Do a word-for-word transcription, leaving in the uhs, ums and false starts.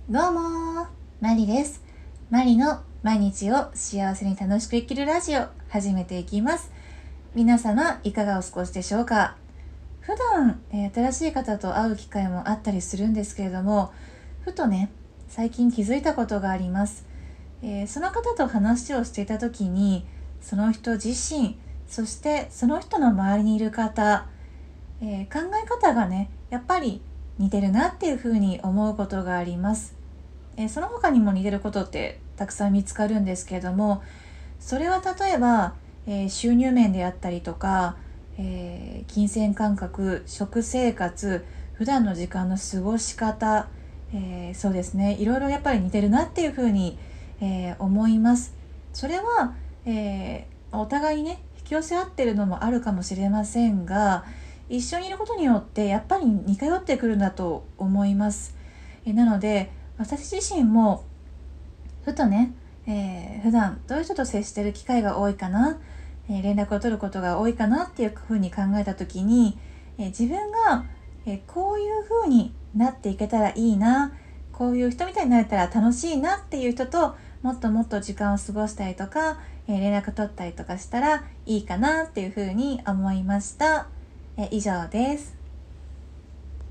どうもマリです。マリの毎日を幸せに楽しく生きるラジオ始めていきます。皆様いかがお過ごしでしょうか。普段、えー新しい方と会う機会もあったりするんですけれども、ふとね最近気づいたことがあります。えーその方と話をしていた時に、その人自身、そしてその人の周りにいる方、えー考え方がねやっぱり似てるなっていうふうに思うことがあります。えーその他にも似てることってたくさん見つかるんですけれども、それは例えば、えー収入面であったりとか、えー金銭感覚、食生活、普段の時間の過ごし方、えーそうですね、いろいろやっぱり似てるなっていうふうに、えー思います。それは、えーお互いにね引き寄せ合ってるのもあるかもしれませんが、一緒にいることによってやっぱり似通ってくるんだと思います。えーなので私自身もふとね、えー普段どういう人と接してる機会が多いかな、えー連絡を取ることが多いかなっていうふうに考えた時に、えー自分が、えーこういうふうになっていけたらいいな、こういう人みたいになれたら楽しいなっていう人ともっともっと時間を過ごしたりとか、えー連絡取ったりとかしたらいいかなっていうふうに思いました。えー以上です。